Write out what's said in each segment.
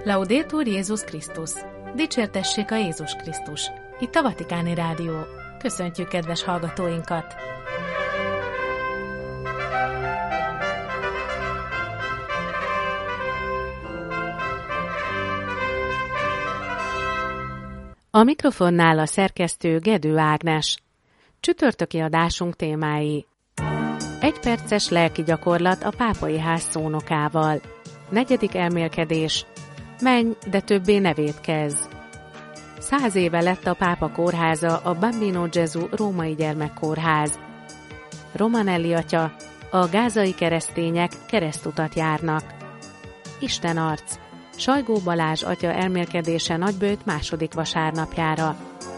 Laudetur Jézus Krisztus! Dicsértessék a Jézus Krisztus! Itt a Vatikáni Rádió. Köszöntjük kedves hallgatóinkat! A mikrofonnál a szerkesztő Gedő Ágnes. Csütörtöki adásunk témái. Egyperces lelki gyakorlat a pápai ház szónokával. 4. elmélkedés. Menj, de többé ne vétkezz. 100 éve lett a pápa kórháza a Bambino Gesù római gyermekkórház. Romanelli atya, a gázai keresztények keresztutat járnak. Isten arc. Sajgó Balázs atya elmélkedése Nagyböjt második vasárnapjára.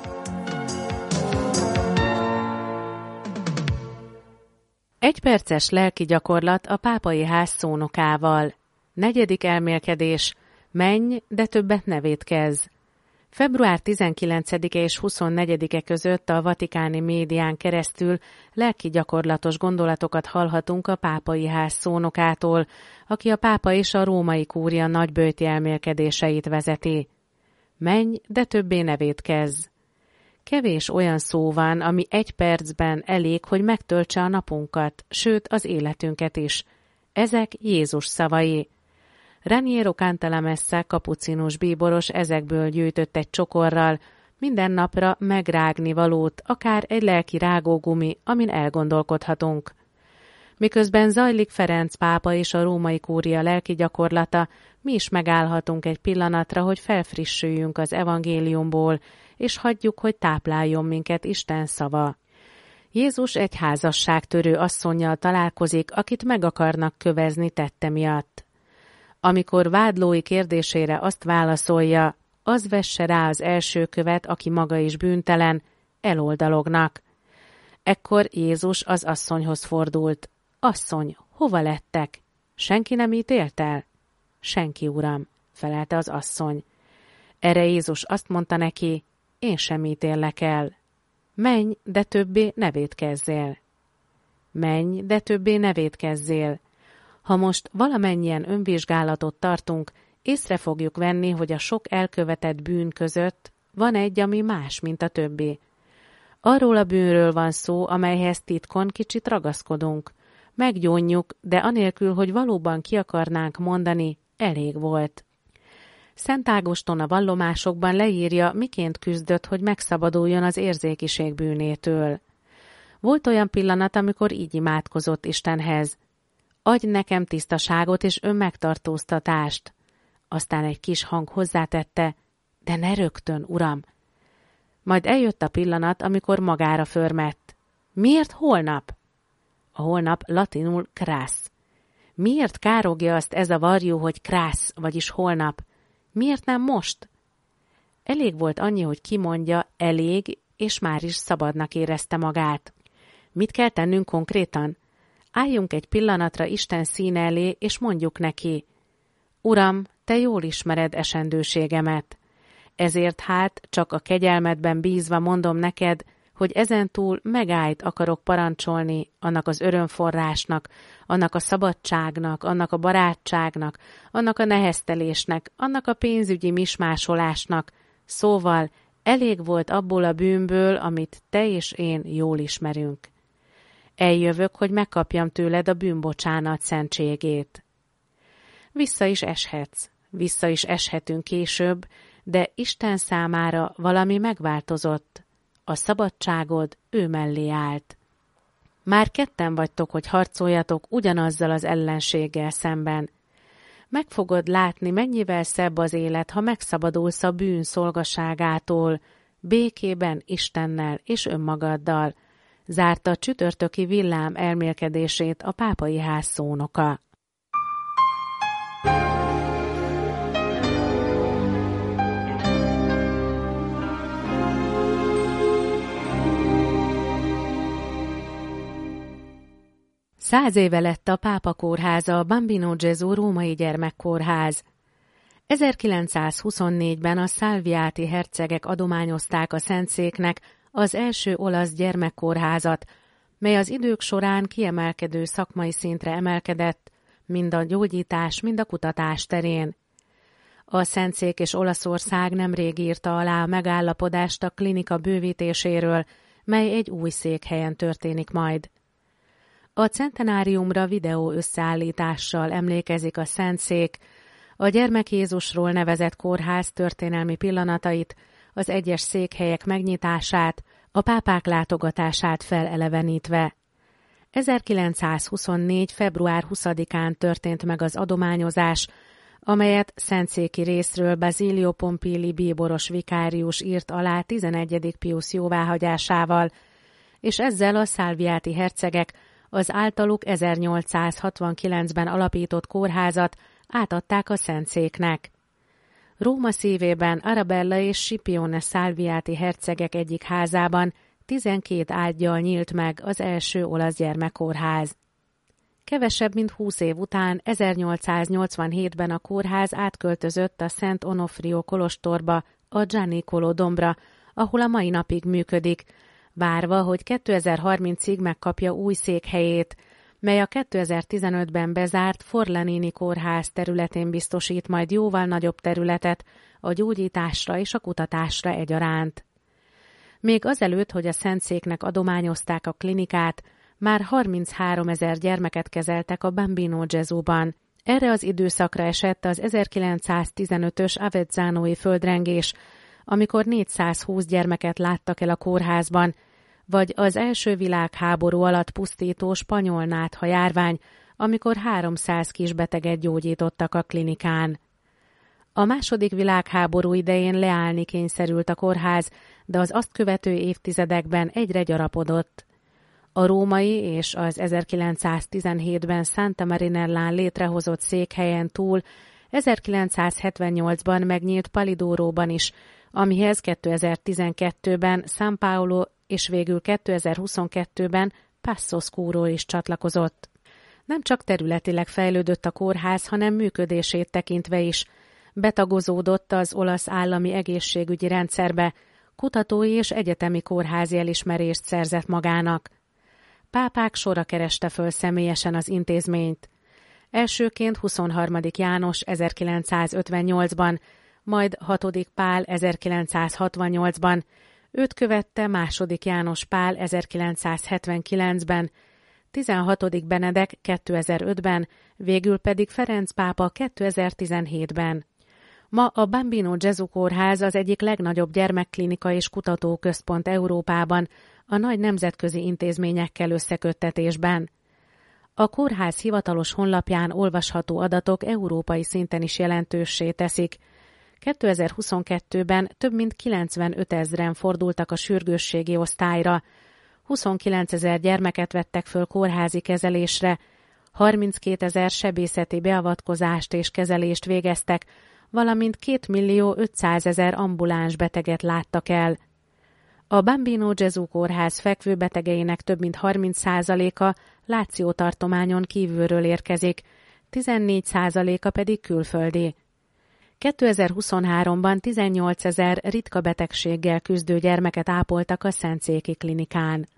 Egyperces lelki gyakorlat a pápai ház szónokával. 4. elmélkedés. Menj, de többet ne vétkezz. Február 19-e és 24-e között a vatikáni médián keresztül lelki gyakorlatos gondolatokat hallhatunk a pápai ház szónokától, aki a pápa és a római kúria nagyböjti elmélkedéseit vezeti. Menj, de többé ne vétkezz. Kevés olyan szó van, ami 1 percben elég, hogy megtöltse a napunkat, sőt az életünket is. Ezek Jézus szavai. Raniero Cantalamessa kapucinus bíboros ezekből gyűjtött egy csokorral, minden napra megrágni valót, akár egy lelki rágógumi, amin elgondolkodhatunk. Miközben zajlik Ferenc pápa és a római kúria lelki gyakorlata, mi is megállhatunk egy pillanatra, hogy felfrissüljünk az evangéliumból, és hagyjuk, hogy tápláljon minket Isten szava. Jézus egy házasságtörő asszonnyal találkozik, akit meg akarnak kövezni tette miatt. Amikor vádlói kérdésére azt válaszolja, az vesse rá az első követ, aki maga is bűntelen, eloldalognak. Ekkor Jézus az asszonyhoz fordult. Asszony, hova lettek? Senki nem ítélt el? Senki, uram, felelte az asszony. Erre Jézus azt mondta neki, én sem ítéllek el. Menj, de többé ne vétkezzél. Menj, de többé ne vétkezzél. Ha most valamennyien önvizsgálatot tartunk, észre fogjuk venni, hogy a sok elkövetett bűn között van egy, ami más, mint a többi. Arról a bűnről van szó, amelyhez titkon kicsit ragaszkodunk. Meggyónjuk, de anélkül, hogy valóban ki akarnánk mondani, elég volt. Szent Ágoston a vallomásokban leírja, miként küzdött, hogy megszabaduljon az érzékiség bűnétől. Volt olyan pillanat, amikor így imádkozott Istenhez. Adj nekem tisztaságot és önmegtartóztatást. Aztán egy kis hang hozzátette, de ne rögtön, uram. Majd eljött a pillanat, amikor magára förmett. Miért holnap? A holnap latinul krász. Miért károgja azt ez a varjú, hogy krász, vagyis holnap? Miért nem most? Elég volt annyi, hogy kimondja, elég, és már is szabadnak érezte magát. Mit kell tennünk konkrétan? Álljunk egy pillanatra Isten színe elé, és mondjuk neki, Uram, te jól ismered esendőségemet. Ezért hát csak a kegyelmedben bízva mondom neked, hogy ezentúl megállt akarok parancsolni annak az örömforrásnak, annak a szabadságnak, annak a barátságnak, annak a neheztelésnek, annak a pénzügyi mismásolásnak. Szóval elég volt abból a bűnből, amit te és én jól ismerünk. Eljövök, hogy megkapjam tőled a bűnbocsánat szentségét. Vissza is eshetünk később, de Isten számára valami megváltozott. A szabadságod ő mellé állt. Már ketten vagytok, hogy harcoljatok ugyanazzal az ellenséggel szemben. Meg fogod látni, mennyivel szebb az élet, ha megszabadulsz a bűn szolgaságától, békében Istennel és önmagaddal. Zárta a csütörtöki villám elmélkedését a pápai ház szónoka. Száz éve lett a pápa kórháza a Bambino Gesù római gyermekkórház. 1924-ben a Salviati hercegek adományozták a Szentszéknek az első olasz gyermekkórházat, mely az idők során kiemelkedő szakmai szintre emelkedett, mind a gyógyítás, mind a kutatás terén. A Szentszék és Olaszország nemrég írta alá a megállapodást a klinika bővítéséről, mely egy új székhelyen történik majd. A centenáriumra videó összeállítással emlékezik a Szentszék, a Gyermek Jézusról nevezett kórház történelmi pillanatait, az egyes székhelyek megnyitását, a pápák látogatását felelevenítve. 1924. február 20-án történt meg az adományozás, amelyet szentszéki részről Basilio Pompili bíboros vikárius írt alá 11. Pius jóváhagyásával, és ezzel a szálviáti hercegek az általuk 1869-ben alapított kórházat átadták a Szentszéknek. Róma szívében Arabella és Scipione Salviati hercegek egyik házában 12 ággyal nyílt meg az első olasz gyermekkórház. Kevesebb mint 20 év után 1887-ben a kórház átköltözött a Szent Onofrio kolostorba, a Gianicolo dombra, ahol a mai napig működik, várva, hogy 2030-ig megkapja új székhelyét, mely a 2015-ben bezárt Forlanini kórház területén biztosít majd jóval nagyobb területet a gyógyításra és a kutatásra egyaránt. Még azelőtt, hogy a Szentszéknek adományozták a klinikát, már 33 000 gyermeket kezeltek a Bambino Gesù-ban. Erre az időszakra esett az 1915-ös Avezzanói földrengés, amikor 420 gyermeket láttak el a kórházban, vagy az első világháború alatt pusztító spanyol nátha járvány, amikor 300 kisbeteget gyógyítottak a klinikán. A második világháború idején leállni kényszerült a kórház, de az azt követő évtizedekben egyre gyarapodott. A római és az 1917-ben Santa Marinellán létrehozott székhelyen túl 1978-ban megnyílt Palidóróban is, amihez 2012-ben San Paolo és végül 2022-ben Passo Scuro is csatlakozott. Nem csak területileg fejlődött a kórház, hanem működését tekintve is. Betagozódott az olasz állami egészségügyi rendszerbe, kutatói és egyetemi kórházi elismerést szerzett magának. Pápák sora kereste föl személyesen az intézményt. Elsőként 23. János 1958-ban, majd 6. Pál 1968-ban, őt követte II. János Pál 1979-ben, 16. Benedek 2005-ben, végül pedig Ferenc pápa 2017-ben. Ma a Bambino Gesù kórház az egyik legnagyobb gyermekklinika és kutatóközpont Európában, a nagy nemzetközi intézményekkel összeköttetésben. A kórház hivatalos honlapján olvasható adatok európai szinten is jelentőssé teszik. 2022-ben több mint 95 000-en fordultak a sürgősségi osztályra, 29 000 gyermeket vettek föl kórházi kezelésre, 32 000 sebészeti beavatkozást és kezelést végeztek, valamint 2 500 000 ambuláns beteget láttak el. A Bambino Gesù kórház fekvő betegeinek több mint 30%-a Láció tartományon kívülről érkezik, 14%-a pedig külföldi. 2023-ban 18 000 ritka betegséggel küzdő gyermeket ápoltak a Szentszéki klinikán.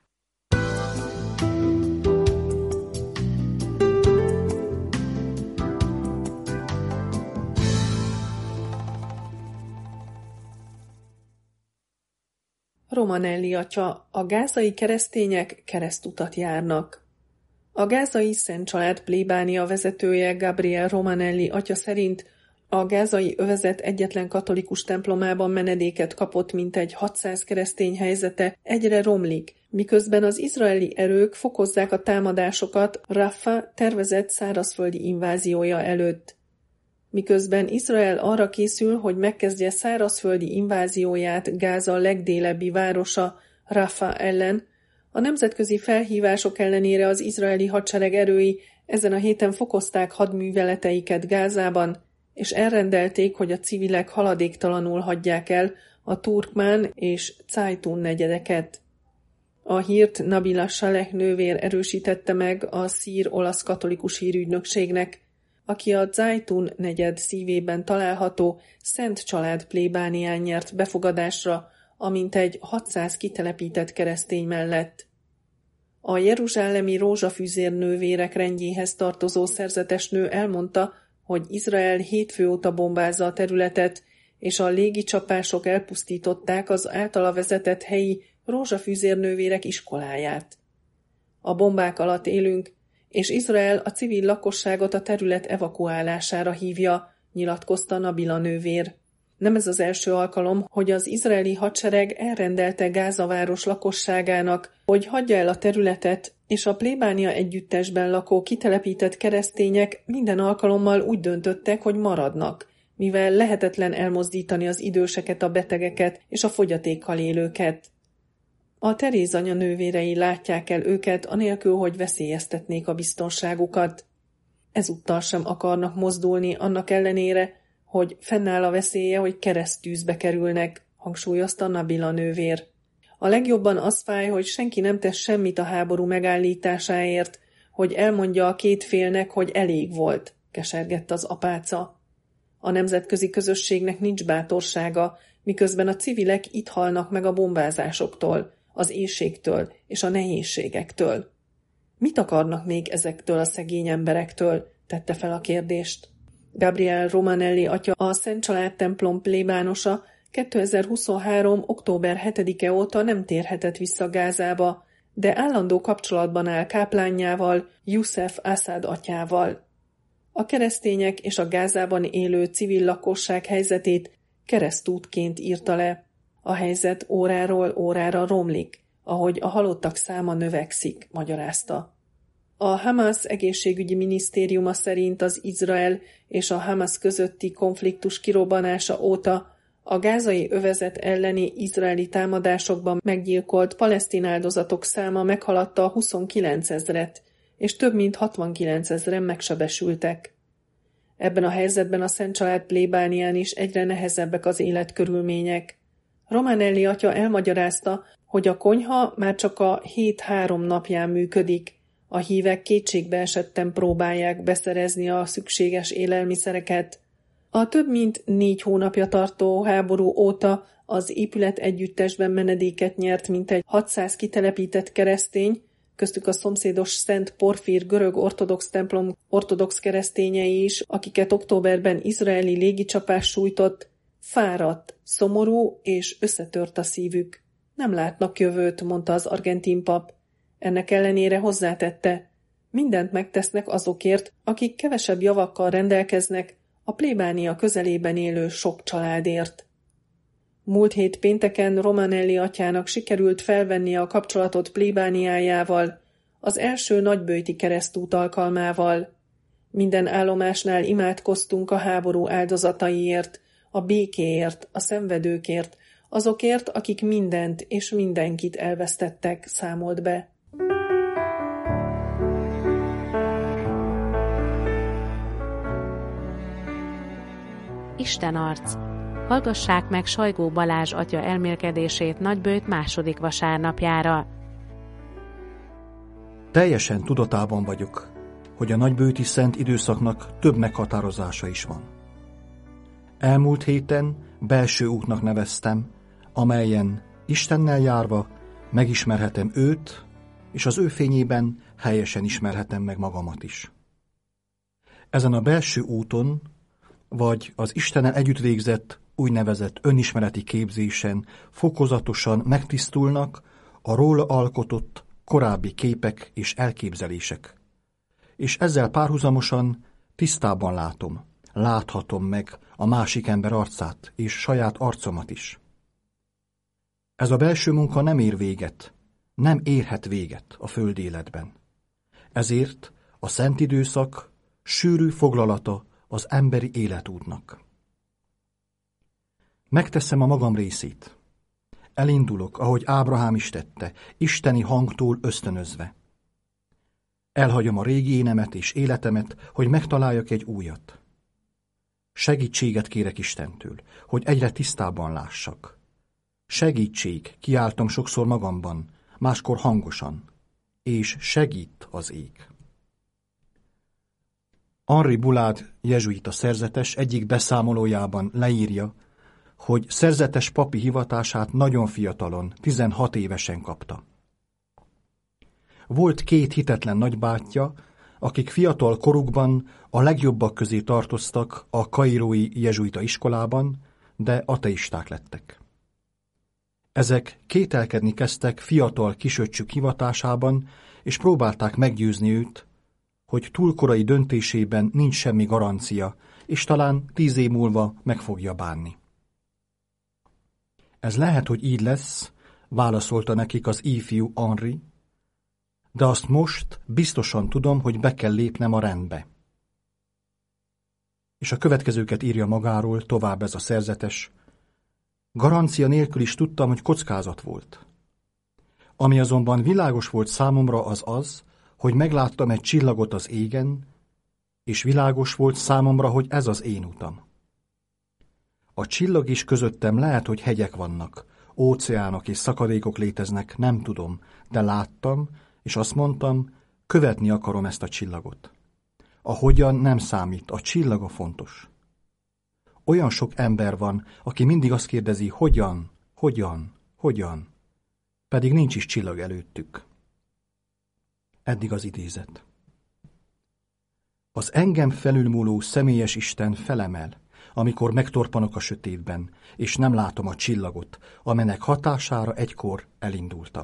Romanelli atya, a gázai keresztények keresztutat járnak. A gázai Szent Család plébánia vezetője Gabriel Romanelli atya szerint a gázai övezet egyetlen katolikus templomában menedéket kapott mintegy 600 keresztény helyzete egyre romlik, miközben az izraeli erők fokozzák a támadásokat Rafah tervezett szárazföldi inváziója előtt. Miközben Izrael arra készül, hogy megkezdje szárazföldi invázióját Gáza legdélebbi városa Rafah ellen, a nemzetközi felhívások ellenére az izraeli hadsereg erői ezen a héten fokozták hadműveleteiket Gázában, és elrendelték, hogy a civilek haladéktalanul hagyják el a Turkmán és Zaytun negyedeket. A hírt Nabila Saleh nővér erősítette meg a szír-olasz katolikus hírügynökségnek, aki a Zaytun negyed szívében található Szent Család plébánián nyert befogadásra, amint egy 600 kitelepített keresztény mellett. A jeruzsálemi rózsafűzér nővérek rendjéhez tartozó szerzetesnő elmondta, hogy Izrael hétfő óta bombázza a területet, és a légicsapások elpusztították az általa vezetett helyi rózsafűzérnővérek iskoláját. A bombák alatt élünk, és Izrael a civil lakosságot a terület evakuálására hívja, nyilatkozta Nabila nővér. Nem ez az első alkalom, hogy az izraeli hadsereg elrendelte Gáza város lakosságának, hogy hagyja el a területet, és a plébánia együttesben lakó kitelepített keresztények minden alkalommal úgy döntöttek, hogy maradnak, mivel lehetetlen elmozdítani az időseket, a betegeket és a fogyatékkal élőket. A Teréz anya nővérei látják el őket, anélkül, hogy veszélyeztetnék a biztonságukat. Ezúttal sem akarnak mozdulni, annak ellenére, hogy fennáll a veszélye, hogy kereszttűzbe kerülnek, hangsúlyozta Nabila nővér. A legjobban az fáj, hogy senki nem tesz semmit a háború megállításáért, hogy elmondja a két félnek, hogy elég volt, kesergett az apáca. A nemzetközi közösségnek nincs bátorsága, miközben a civilek itt halnak meg a bombázásoktól, az éhségtől és a nehézségektől. Mit akarnak még ezektől a szegény emberektől? Tette fel a kérdést. Gabriel Romanelli atya, a Szent Család templom plébánosa 2023. október 7-e óta nem térhetett vissza Gázába, de állandó kapcsolatban áll káplánjával, Youssef Assad atyával. A keresztények és a Gázában élő civil lakosság helyzetét keresztútként írta le. A helyzet óráról órára romlik, ahogy a halottak száma növekszik, magyarázta. A Hamas egészségügyi minisztériuma szerint az Izrael és a Hamas közötti konfliktus kirobbanása óta a gázai övezet elleni izraeli támadásokban meggyilkolt palesztin áldozatok száma meghaladta a 29 000-et, és több mint 69 000-en megsebesültek. Ebben a helyzetben a Szent Család plébánián is egyre nehezebbek az életkörülmények. Romanelli atya elmagyarázta, hogy a konyha már csak a hét 3 napján működik. A hívek kétségbeesetten próbálják beszerezni a szükséges élelmiszereket. A több mint 4 hónapja tartó háború óta az épület együttesben menedéket nyert mintegy 600 kitelepített keresztény, köztük a szomszédos Szent Porfír görög ortodox templom ortodox keresztényei is, akiket októberben izraeli légicsapás sújtott, fáradt, szomorú és összetört a szívük. Nem látnak jövőt, mondta az argentin pap. Ennek ellenére hozzátette, mindent megtesznek azokért, akik kevesebb javakkal rendelkeznek, a plébánia közelében élő sok családért. Múlt hét pénteken Romanelli atyának sikerült felvennie a kapcsolatot plébániájával, az első nagyböjti keresztút alkalmával. Minden állomásnál imádkoztunk a háború áldozataiért, a békéért, a szenvedőkért, azokért, akik mindent és mindenkit elvesztettek, számolt be. Istenarc. Hallgassák meg Sajgó Balázs atya elmélkedését Nagyböjt második vasárnapjára. Teljesen tudatában vagyok, hogy a nagyböjti szent időszaknak több meghatározása is van. Elmúlt héten belső útnak neveztem, amelyen Istennel járva megismerhetem őt, és az ő fényében helyesen ismerhetem meg magamat is. Ezen a belső úton, vagy az Istennel együtt végzett úgynevezett önismereti képzésen fokozatosan megtisztulnak a róla alkotott korábbi képek és elképzelések, és ezzel párhuzamosan tisztában láthatom meg a másik ember arcát és saját arcomat is. Ez a belső munka nem ér véget, nem érhet véget a földi életben. Ezért a szent időszak sűrű foglalata az emberi életútnak. Megteszem a magam részét. Elindulok, ahogy Ábrahám is tette, isteni hangtól ösztönözve. Elhagyom a régi énemet és életemet, hogy megtaláljak egy újat. Segítséget kérek Istentől, hogy egyre tisztábban lássak. Segítség, kiáltom sokszor magamban, máskor hangosan, és segít az ég. Henri Boulard jezsuita szerzetes egyik beszámolójában leírja, hogy szerzetes papi hivatását nagyon fiatalon, 16 évesen kapta. Volt 2 hitetlen nagybátyja, akik fiatal korukban a legjobbak közé tartoztak a kairói jezsuita iskolában, de ateisták lettek. Ezek kételkedni kezdtek fiatal kisöccsük hivatásában, és próbálták meggyőzni őt, hogy túl korai döntésében nincs semmi garancia, és talán 10 év múlva meg fogja bánni. Ez lehet, hogy így lesz, válaszolta nekik az ifjú Henri, de azt most biztosan tudom, hogy be kell lépnem a rendbe. És a következőket írja magáról tovább ez a szerzetes. Garancia nélkül is tudtam, hogy kockázat volt. Ami azonban világos volt számomra az, hogy megláttam egy csillagot az égen, és világos volt számomra, hogy ez az én utam. A csillag is közöttem lehet, hogy hegyek vannak, óceánok és szakadékok léteznek, nem tudom, de láttam, és azt mondtam, követni akarom ezt a csillagot. A hogyan nem számít, a csillaga fontos. Olyan sok ember van, aki mindig azt kérdezi, hogyan, pedig nincs is csillag előttük. Eddig az idézet. Az engem felülmúló személyes Isten felemel, amikor megtorpanok a sötétben, és nem látom a csillagot, amelynek hatására egykor elindultam.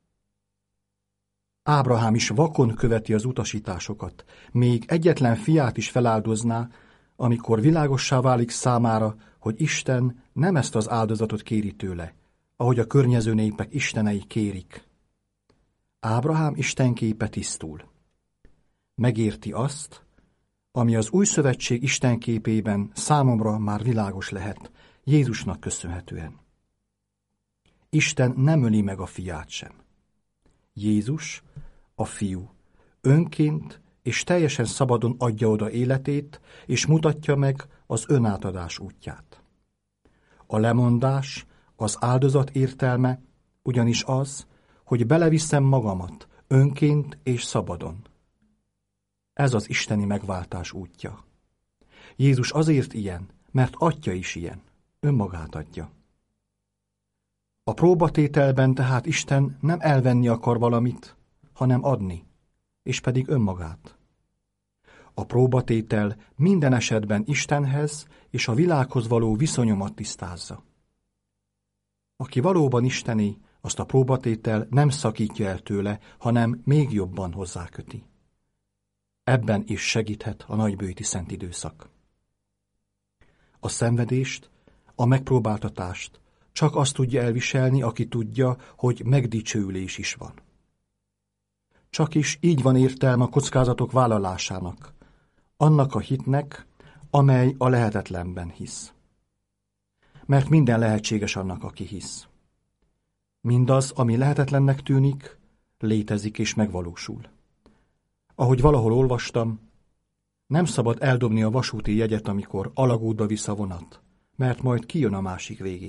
Ábrahám is vakon követi az utasításokat, még egyetlen fiát is feláldozná, amikor világossá válik számára, hogy Isten nem ezt az áldozatot kéri tőle, ahogy a környező népek istenei kérik. Ábrahám istenképe tisztul. Megérti azt, ami az új szövetség istenképében számomra már világos lehet, Jézusnak köszönhetően. Isten nem öli meg a fiát sem. Jézus, a fiú, önként és teljesen szabadon adja oda életét, és mutatja meg az önátadás útját. A lemondás, az áldozat értelme ugyanis az, hogy beleviszem magamat önként és szabadon. Ez az isteni megváltás útja. Jézus azért ilyen, mert Atya is ilyen, önmagát adja. A próbatételben tehát Isten nem elvenni akar valamit, hanem adni, és pedig önmagát. A próbatétel minden esetben Istenhez és a világhoz való viszonyomat tisztázza. Aki valóban isteni, azt a próbatétel nem szakítja el tőle, hanem még jobban hozzáköti. Ebben is segíthet a nagybőti szent időszak. A szenvedést, a megpróbáltatást csak azt tudja elviselni, aki tudja, hogy megdicsőülés is van. Csak is így van értelme a kockázatok vállalásának, annak a hitnek, amely a lehetetlenben hisz. Mert minden lehetséges annak, aki hisz. Mindaz, ami lehetetlennek tűnik, létezik és megvalósul. Ahogy valahol olvastam, nem szabad eldobni a vasúti jegyet, amikor alagútba visz a vonat, mert majd kijön a másik végén.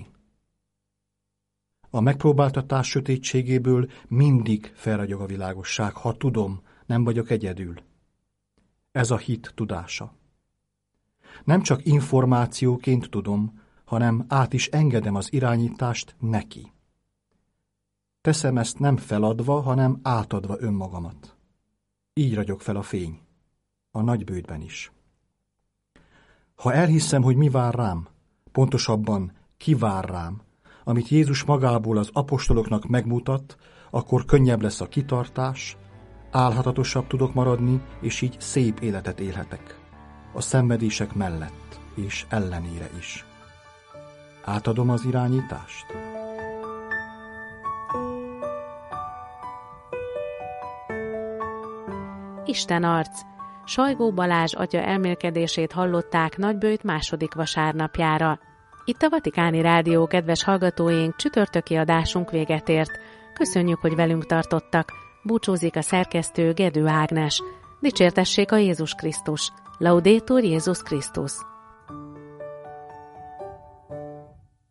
A megpróbáltatás sötétségéből mindig felragyog a világosság, ha tudom, nem vagyok egyedül. Ez a hit tudása. Nem csak információként tudom, hanem át is engedem az irányítást neki. Teszem ezt nem feladva, hanem átadva önmagamat. Így ragyog fel a fény, a nagybőtben is. Ha elhiszem, hogy mi vár rám, pontosabban ki vár rám, amit Jézus magából az apostoloknak megmutat, akkor könnyebb lesz a kitartás, álhatatosabb tudok maradni, és így szép életet élhetek. A szenvedések mellett és ellenére is. Átadom az irányítást? Isten arc. Sajgó Balázs atya elmélkedését hallották Nagybőjt második vasárnapjára. Itt a Vatikáni Rádió, kedves hallgatóink, csütörtöki adásunk véget ért. Köszönjük, hogy velünk tartottak. Búcsúzik a szerkesztő Gedő Ágnes. Dicsértessék a Jézus Krisztus. Laudetur Jézus Krisztus.